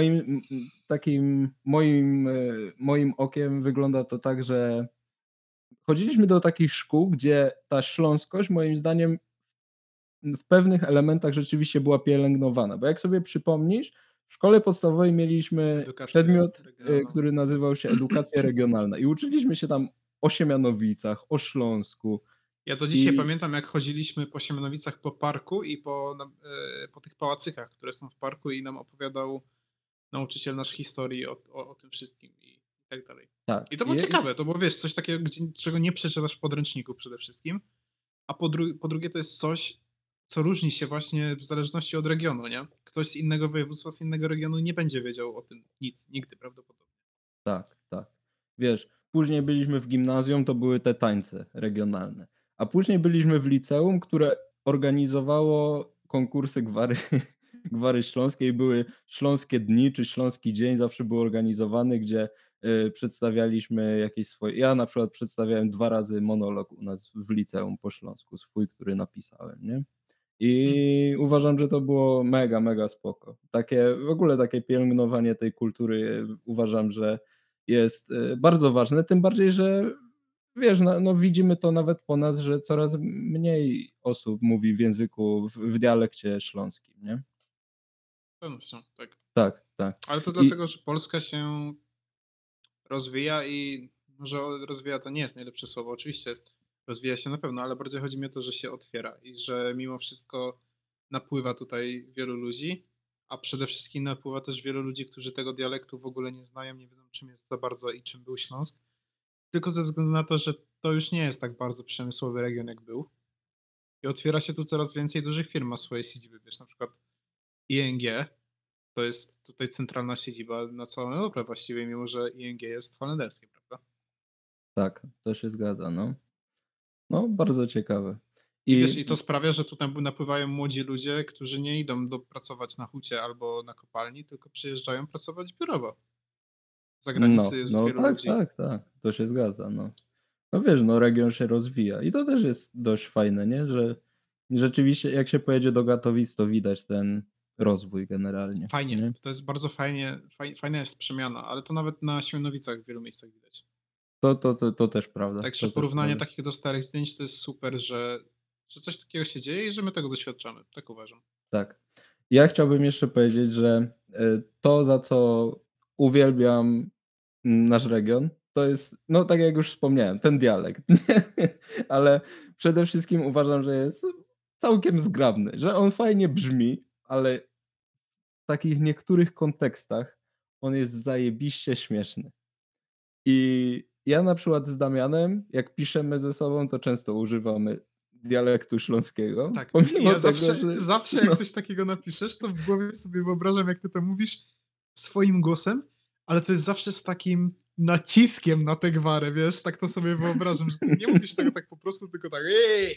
moim okiem wygląda to tak, że chodziliśmy do takich szkół, gdzie ta śląskość moim zdaniem w pewnych elementach rzeczywiście była pielęgnowana. Bo jak sobie przypomnisz, w szkole podstawowej mieliśmy Edukację przedmiot, regionalną. który nazywał się edukacja regionalna i uczyliśmy się tam o Siemianowicach, o Śląsku Ja do dzisiaj i pamiętam, jak chodziliśmy po Siemianowicach po parku i po tych pałacykach, które są w parku i nam opowiadał nauczyciel nasz historii o tym wszystkim i tak dalej. tak. I to było ciekawe, to było, wiesz, coś takiego, czego nie przeczytasz w podręczniku przede wszystkim, a po drugie to jest coś, co różni się właśnie w zależności od regionu, nie? Ktoś z innego województwa, z innego regionu nie będzie wiedział o tym nic, nigdy prawdopodobnie. Tak. Wiesz, później byliśmy w gimnazjum, to były te tańce regionalne, a później byliśmy w liceum, które organizowało konkursy gwary gwary śląskiej. Były Śląskie Dni czy Śląski Dzień, zawsze był organizowany, gdzie, przedstawialiśmy jakieś swoje ja na przykład przedstawiałem 2 razy monolog u nas w liceum po śląsku, swój, który napisałem, nie? Mhm. I uważam, że to było mega spoko. W ogóle takie pielęgnowanie tej kultury, uważam, że jest, bardzo ważne, tym bardziej, że wiesz, no widzimy to nawet po nas, że coraz mniej osób mówi w języku, w dialekcie śląskim, nie? Z pewnością, tak. Tak, tak. Ale to I dlatego, że Polska się rozwija i może rozwija to nie jest najlepsze słowo. Oczywiście rozwija się na pewno, ale bardziej chodzi mi o to, że się otwiera i że mimo wszystko napływa tutaj wielu ludzi, a przede wszystkim napływa też wielu ludzi, którzy tego dialektu w ogóle nie znają, nie wiedzą czym jest za bardzo i czym był Śląsk, tylko ze względu na to, że to już nie jest tak bardzo przemysłowy region jak był. I otwiera się tu coraz więcej dużych firm ma swoje siedziby. Wiesz, na przykład ING to jest tutaj centralna siedziba na całą Europę właściwie, mimo że ING jest holenderskie, prawda? tak, to się zgadza, no. No, bardzo ciekawe. I wiesz, I i to sprawia, że tutaj napływają młodzi ludzie, którzy nie idą pracować na hucie albo na kopalni, tylko przyjeżdżają pracować biurowo. Za no, granicy jest no wielu tak, ludzi. tak, tak, to się zgadza, no. No wiesz, no region się rozwija i to też jest dość fajne, nie? Że rzeczywiście jak się pojedzie do Katowic, to widać ten rozwój generalnie, Fajnie, nie? to jest bardzo fajnie, fajna jest przemiana, ale to nawet na Siemianowicach w wielu miejscach widać. To też prawda, Także to też porównanie prawda. takich do starych zdjęć to jest super, że coś takiego się dzieje i że my tego doświadczamy. Tak uważam. Tak. Ja chciałbym jeszcze powiedzieć, że, to, za co uwielbiam nasz region, to jest, no tak jak już wspomniałem, ten dialekt, nie? Ale przede wszystkim uważam, że jest całkiem zgrabny, że on fajnie brzmi, ale w takich niektórych kontekstach on jest zajebiście śmieszny. I ja na przykład z Damianem, jak piszemy ze sobą, to często używamy dialektu śląskiego, Tak, i pomimo ja tego, zawsze, że zawsze jak no, coś takiego napiszesz, to w głowie sobie wyobrażam, jak ty to mówisz swoim głosem, ale to jest zawsze z takim naciskiem na tę gwarę, wiesz? Tak to sobie wyobrażam, że ty nie mówisz tego tak po prostu, tylko tak ej!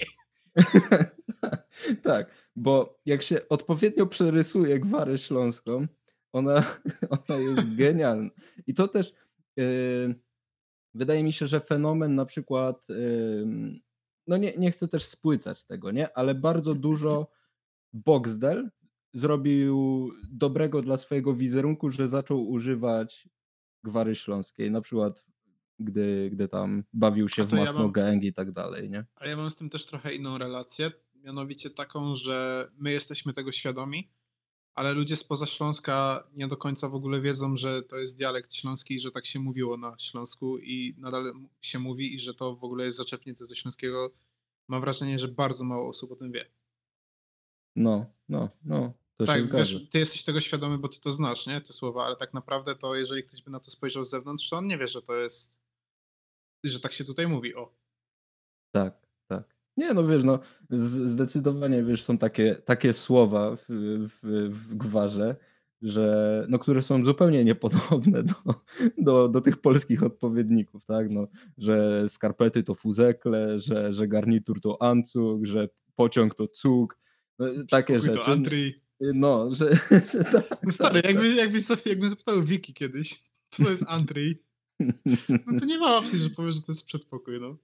tak, bo jak się odpowiednio przerysuje gwarę śląską, ona ona jest genialna. I to też, yy, wydaje mi się, że fenomen na przykład, no nie chcę też spłycać tego, nie, ale bardzo dużo Boxdel zrobił dobrego dla swojego wizerunku, że zaczął używać gwary śląskiej, na przykład gdy tam bawił się A w to ja Masno mam, Gang i tak dalej, nie? a ja mam z tym też trochę inną relację, mianowicie taką, że my jesteśmy tego świadomi, ale ludzie spoza Śląska nie do końca w ogóle wiedzą, że to jest dialekt śląski i że tak się mówiło na Śląsku i nadal się mówi i że to w ogóle jest zaczerpnięte ze śląskiego. Mam wrażenie, że bardzo mało osób o tym wie. No, to się Tak, zgadza. wiesz, ty jesteś tego świadomy, bo ty to znasz, nie, te słowa, ale tak naprawdę to jeżeli ktoś by na to spojrzał z zewnątrz, to on nie wie, że to jest, że tak się tutaj mówi, o. Tak, tak. Nie, no wiesz, no zdecydowanie, wiesz, są takie słowa w gwarze, że no, które są zupełnie niepodobne do tych polskich odpowiedników, tak? No, że skarpety to fuzekle, że garnitur to ancuk, że pociąg to cuk, no, takie Przedpokój to rzeczy. Antry. No, że że No tak, stary, tak, tak. jakbym zapytał Wiki kiedyś, co to jest Antry, no to nie ma opcji, że powie, że to jest przedpokój, no.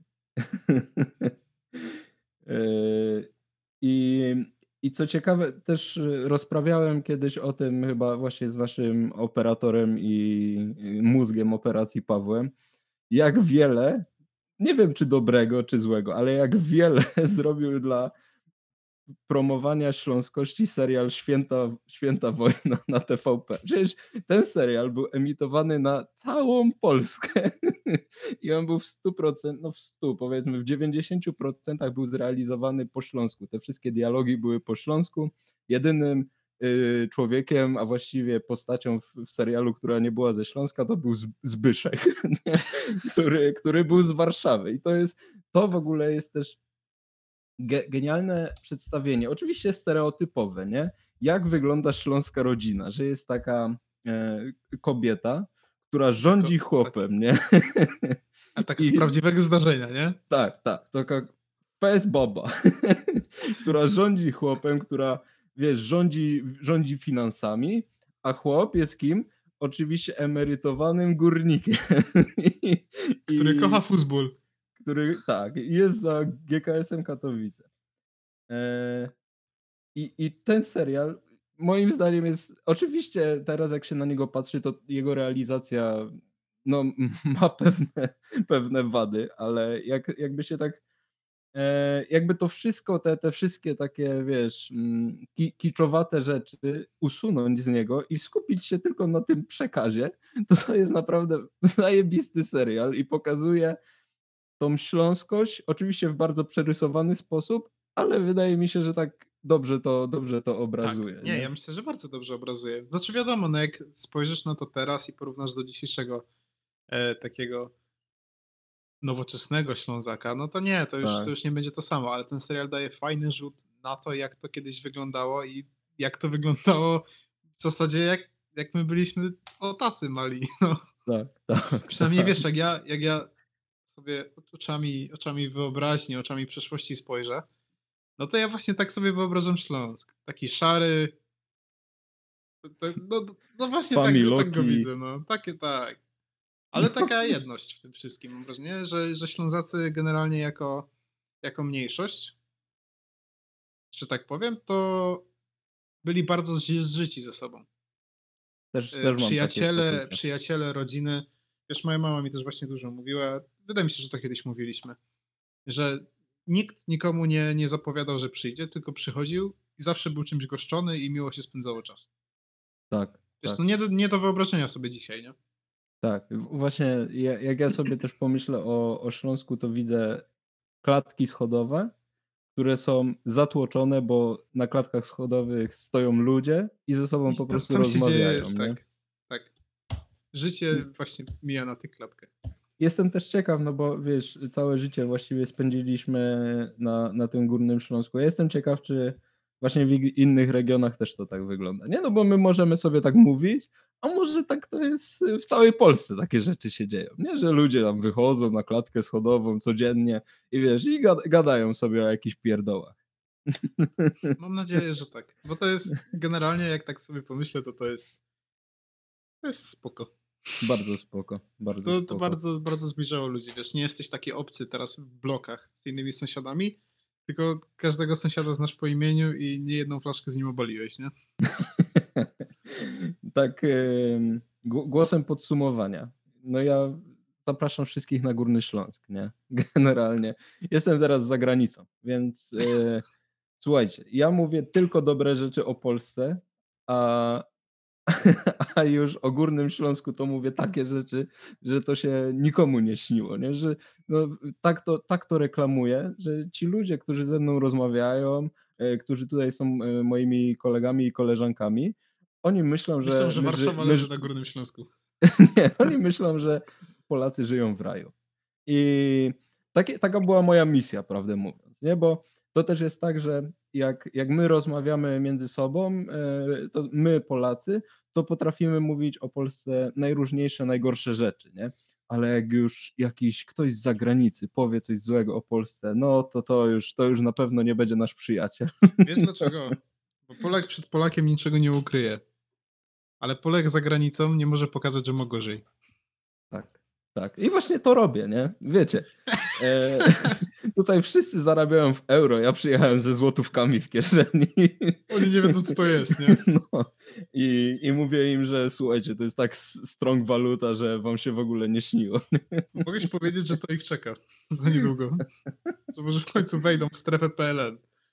Yy, I i co ciekawe, też rozprawiałem kiedyś o tym chyba właśnie z naszym operatorem i mózgiem operacji Pawłem, jak wiele, nie wiem czy dobrego, czy złego, ale jak wiele zrobił dla promowania śląskości serial Święta Wojna na TVP. Przecież ten serial był emitowany na całą Polskę i on był w 100%, no w 100, powiedzmy w 90% był zrealizowany po śląsku. Te wszystkie dialogi były po śląsku. Jedynym człowiekiem, a właściwie postacią w serialu, która nie była ze Śląska, to był Zbyszek, nie? Który był z Warszawy. I to w ogóle jest też genialne przedstawienie, oczywiście stereotypowe, nie? Jak wygląda śląska rodzina, że jest taka, kobieta, która Tylko, rządzi tak, chłopem, nie? a tak z I prawdziwego zdarzenia, nie? tak, tak, taka fez baba, która rządzi chłopem, która, wiesz, rządzi finansami, a chłop jest kim? Oczywiście emerytowanym górnikiem. I Który kocha i futbol. który tak, jest za GKS-em Katowice. Eee I ten serial moim zdaniem jest, oczywiście teraz jak się na niego patrzy, to jego realizacja no, ma pewne wady, ale jakby się tak jakby to wszystko, te wszystkie takie, wiesz, kiczowate rzeczy usunąć z niego i skupić się tylko na tym przekazie, to jest naprawdę zajebisty serial i pokazuje tą śląskość, oczywiście w bardzo przerysowany sposób, ale wydaje mi się, że tak dobrze to Tak, obrazuje, nie, nie? ja myślę, że bardzo dobrze obrazuje. Znaczy wiadomo, no jak spojrzysz na to teraz i porównasz do dzisiejszego takiego nowoczesnego Ślązaka, no to nie, to Tak, już nie będzie to samo, ale ten serial daje fajny rzut na to, jak to kiedyś wyglądało i jak to wyglądało w zasadzie jak my byliśmy o tacy mali. No. tak, tak, Przynajmniej tak. wiesz, jak ja sobie oczami wyobraźni, oczami przeszłości spojrzę, no to ja właśnie tak sobie wyobrażam Śląsk. Taki szary, no właśnie tak go Familoki. widzę, no. Takie tak. Ale taka jedność w tym wszystkim, mam wrażenie, że Ślązacy generalnie jako mniejszość, że tak powiem, to byli bardzo zżyci ze sobą. Też mam takie poczucie. Przyjaciele, rodziny. Wiesz, moja mama mi też właśnie dużo mówiła. Wydaje mi się, że to kiedyś mówiliśmy, że nikt nikomu nie zapowiadał, że przyjdzie, tylko przychodził i zawsze był czymś goszczony i miło się spędzało czas. Tak, Wiesz, tak. no nie do wyobrażenia sobie dzisiaj, nie? Tak, właśnie jak ja sobie też pomyślę o Śląsku, to widzę klatki schodowe, które są zatłoczone, bo na klatkach schodowych stoją ludzie i ze sobą po prostu Tam się dzieje, rozmawiają, nie? tak, tak. Życie właśnie mija na tych klatkach. Jestem też ciekaw, no bo wiesz, całe życie właściwie spędziliśmy na tym Górnym Śląsku. Ja jestem ciekaw, czy właśnie w innych regionach też to tak wygląda, nie? No bo my możemy sobie tak mówić, a może tak to jest w całej Polsce takie rzeczy się dzieją, nie? Że ludzie tam wychodzą na klatkę schodową codziennie i wiesz, i gadają sobie o jakichś pierdołach. Mam nadzieję, że tak. Bo to jest generalnie, jak tak sobie pomyślę, to jest spoko. Bardzo spoko, bardzo To spoko. bardzo, bardzo zbliżało ludzi, wiesz, nie jesteś taki obcy teraz w blokach z innymi sąsiadami, tylko każdego sąsiada znasz po imieniu i niejedną flaszkę z nim obaliłeś, nie? Tak, głosem podsumowania. No ja zapraszam wszystkich na Górny Śląsk, nie? Generalnie. Jestem teraz za granicą, więc słuchajcie, ja mówię tylko dobre rzeczy o Polsce, a, a już o Górnym Śląsku to mówię takie rzeczy, że to się nikomu nie śniło, nie? Że no, tak to reklamuję, że ci ludzie, którzy ze mną rozmawiają, którzy tutaj są moimi kolegami i koleżankami, oni myślą, Myślę, że że Warszawa leży na Górnym Śląsku. nie, oni myślą, że Polacy żyją w raju. I taka była moja misja, prawdę mówiąc, nie? Bo to też jest tak, że jak my rozmawiamy między sobą, to my Polacy, to potrafimy mówić o Polsce najróżniejsze, najgorsze rzeczy, nie? Ale jak już jakiś ktoś z zagranicy powie coś złego o Polsce, no to już na pewno nie będzie nasz przyjaciel. Wiesz dlaczego? Bo Polak przed Polakiem niczego nie ukryje, ale Polak za granicą nie może pokazać, że ma gorzej. Tak, tak. I właśnie to robię, nie? Wiecie, e, tutaj wszyscy zarabiają w euro, ja przyjechałem ze złotówkami w kieszeni. Oni nie wiedzą, co to jest, nie? No, i mówię im, że słuchajcie, to jest tak strong waluta, że wam się w ogóle nie śniło. Mogę ci powiedzieć, że to ich czeka za niedługo. Że może w końcu wejdą w strefę PLN.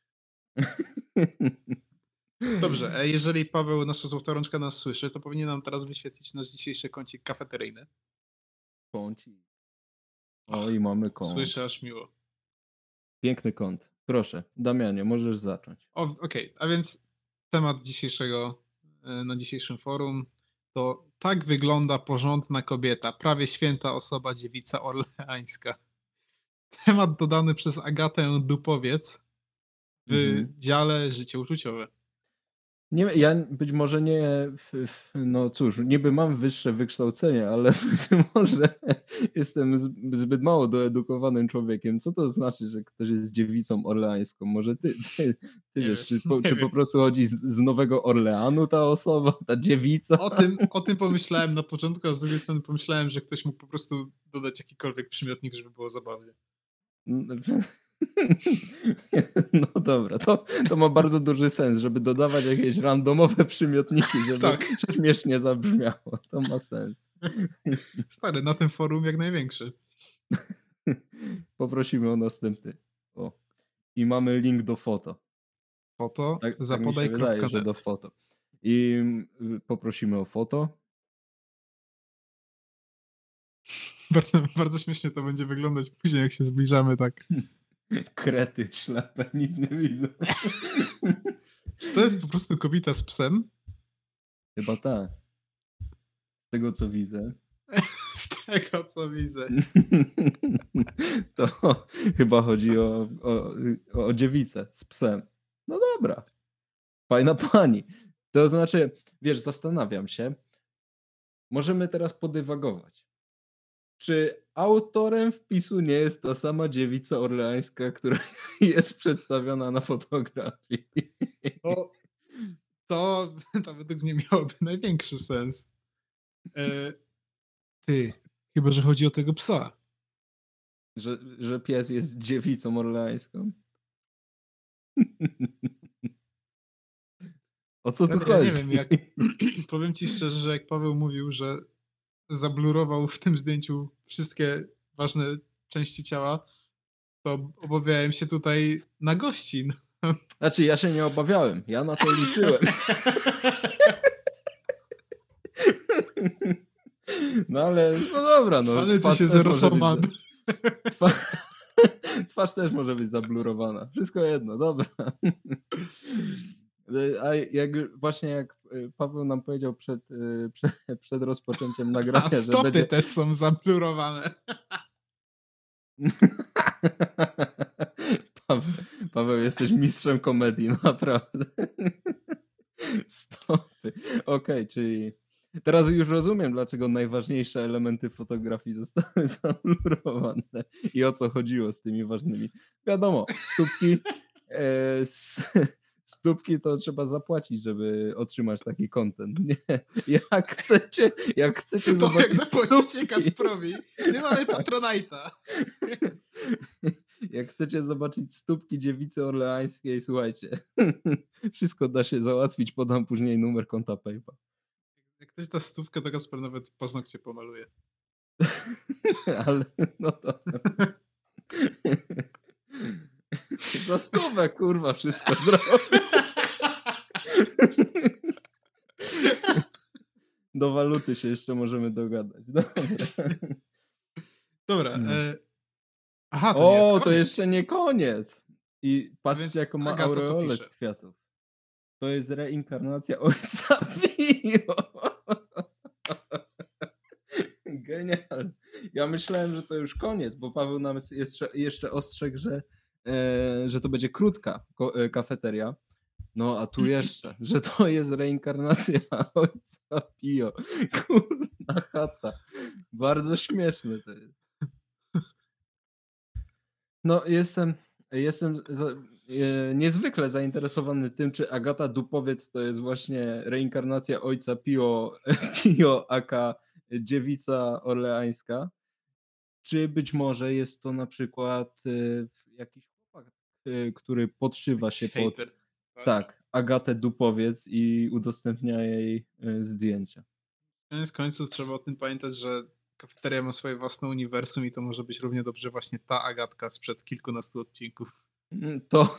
Dobrze, jeżeli Paweł, nasza złota rączka nas słyszy, to powinien nam teraz wyświetlić nasz dzisiejszy kącik kafeteryjny. Kącik. Ach, Oj, mamy kąt. słyszę aż miło. Piękny kąt. Proszę, Damianie, możesz zacząć. Okej, a więc temat na dzisiejszym forum to tak wygląda porządna kobieta, prawie święta osoba, dziewica orleańska. Temat dodany przez Agatę Dupowiec w Mhm. dziale Życie uczuciowe. Nie, ja być może nie, no cóż, niby mam wyższe wykształcenie, ale być może jestem zbyt mało doedukowanym człowiekiem. Co to znaczy, że ktoś jest dziewicą orleańską? Może ty Nie wiesz, wiem, nie czy po wiem. prostu chodzi z Nowego Orleanu ta osoba, ta dziewica? O tym pomyślałem na początku, a z drugiej strony pomyślałem, że ktoś mógł po prostu dodać jakikolwiek przymiotnik, żeby było zabawnie. No dobra, to ma bardzo duży sens, żeby dodawać jakieś randomowe przymiotniki, żeby Tak. śmiesznie zabrzmiało. To ma sens. Stary, na tym forum jak największy. Poprosimy o następny. O. I mamy link do foto. Foto Tak mi się wydaje, że do zapodaj.net. foto. I poprosimy o foto. Bardzo śmiesznie to będzie wyglądać później, jak się zbliżamy tak. Krety ślepe, nic nie widzę. Czy to jest po prostu kobieta z psem? Chyba tak. Z tego co widzę. Z tego, co widzę. To chyba chodzi o dziewicę z psem. No dobra. Fajna pani. To znaczy, wiesz, zastanawiam się. Możemy teraz podywagować. Czy autorem wpisu nie jest ta sama dziewica orleańska, która jest przedstawiona na fotografii? To, to według mnie miałoby największy sens. Ty, chyba że chodzi o tego psa. Że pies jest dziewicą orleańską? O co tu Ja nie chodzi? wiem, jak powiem ci szczerze, że jak Paweł mówił, że zablurował w tym zdjęciu wszystkie ważne części ciała, to obawiałem się tutaj na gościn. Znaczy, ja się nie obawiałem. Ja na to liczyłem. No ale, no dobra, no Ale ty twarz się też może być, zerosoman. twarz też może być zablurowana. Wszystko jedno, dobra. A właśnie jak Paweł nam powiedział przed rozpoczęciem A nagrania, że stopy będzie... też są zablurowane. Paweł, jesteś mistrzem komedii, naprawdę. Stopy. Okej, czyli teraz już rozumiem, dlaczego najważniejsze elementy fotografii zostały zablurowane i o co chodziło z tymi ważnymi. Wiadomo, stópki to trzeba zapłacić, żeby otrzymać taki content. Nie, jak chcecie To jak zobaczyć zapłacicie stópki, Kacprowi, nie mamy Patronite'a. jak chcecie zobaczyć stópki dziewicy orleańskiej, słuchajcie, wszystko da się załatwić, podam później numer konta PayPal. Jak ktoś da stówkę, to Kacper nawet paznokcie pomaluje. Ale no to... Za 100, kurwa, wszystko zrobię. Do waluty się jeszcze możemy dogadać. Dobra. Dobra. No. Aha, to nie jest O, koniec. to jeszcze nie koniec. I Więc patrzcie, jaką ma Agata co aureolę z pisze? kwiatów. To jest reinkarnacja ojca Pio. Genialnie. Ja myślałem, że to już koniec, bo Paweł nam jeszcze ostrzegł, że to będzie krótka kafeteria. No, a tu jeszcze, że to jest reinkarnacja ojca Pio. Kurna chata. Bardzo śmieszne to jest. No, jestem niezwykle zainteresowany tym, czy Agata Dupowiec to jest właśnie reinkarnacja ojca Pio aka dziewica orleańska, czy być może jest to na przykład jakiś chłopak, który podszywa się pod Hater. tak, Agatę Dupowiec i udostępnia jej zdjęcia. Koniec końców trzeba o tym pamiętać, że kafeteria ma swoje własne uniwersum i to może być równie dobrze właśnie ta Agatka sprzed kilkunastu odcinków. To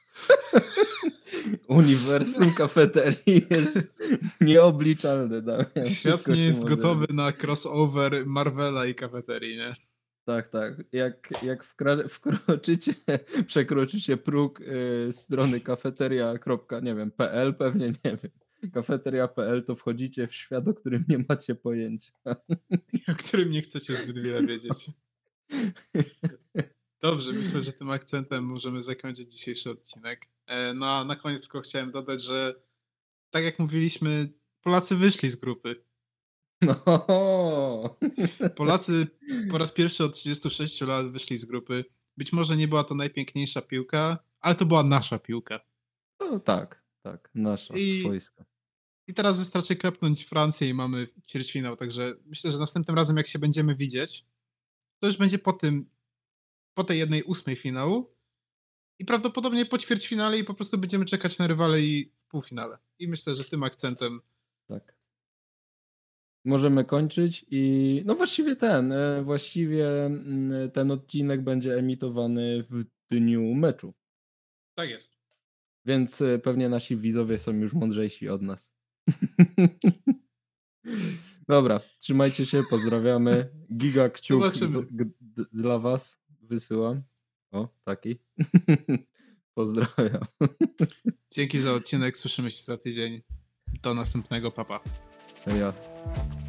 uniwersum kafeterii jest nieobliczalne. Damian. Świat Wszystko nie się jest może gotowy wydarzyć. na crossover Marvela i kafeterii, nie? Tak, tak. Jak przekroczycie próg strony kafeteria.pl, pewnie nie wiem. Kafeteria.pl to wchodzicie w świat, o którym nie macie pojęcia. O którym nie chcecie zbyt wiele wiedzieć. Dobrze, myślę, że tym akcentem możemy zakończyć dzisiejszy odcinek. No a na koniec tylko chciałem dodać, że tak jak mówiliśmy, Polacy wyszli z grupy. No. Polacy po raz pierwszy od 36 lat wyszli z grupy. Być może nie była to najpiękniejsza piłka, ale to była nasza piłka. No tak, nasza, swojska. I teraz wystarczy klepnąć Francję i mamy ćwierćfinał, także myślę, że następnym razem jak się będziemy widzieć, to już będzie po tej 1/8 finału i prawdopodobnie po ćwierćfinale i po prostu będziemy czekać na rywale i w półfinale. I myślę, że tym akcentem Tak. możemy kończyć i no właściwie ten odcinek będzie emitowany w dniu meczu, Tak jest. więc pewnie nasi widzowie są już mądrzejsi od nas. Dobra, trzymajcie się, pozdrawiamy. Giga kciuk Zobaczymy. dla was wysyłam. O, taki. Pozdrawiam. Dzięki za odcinek, słyszymy się za tydzień. Do następnego, papa. Ja.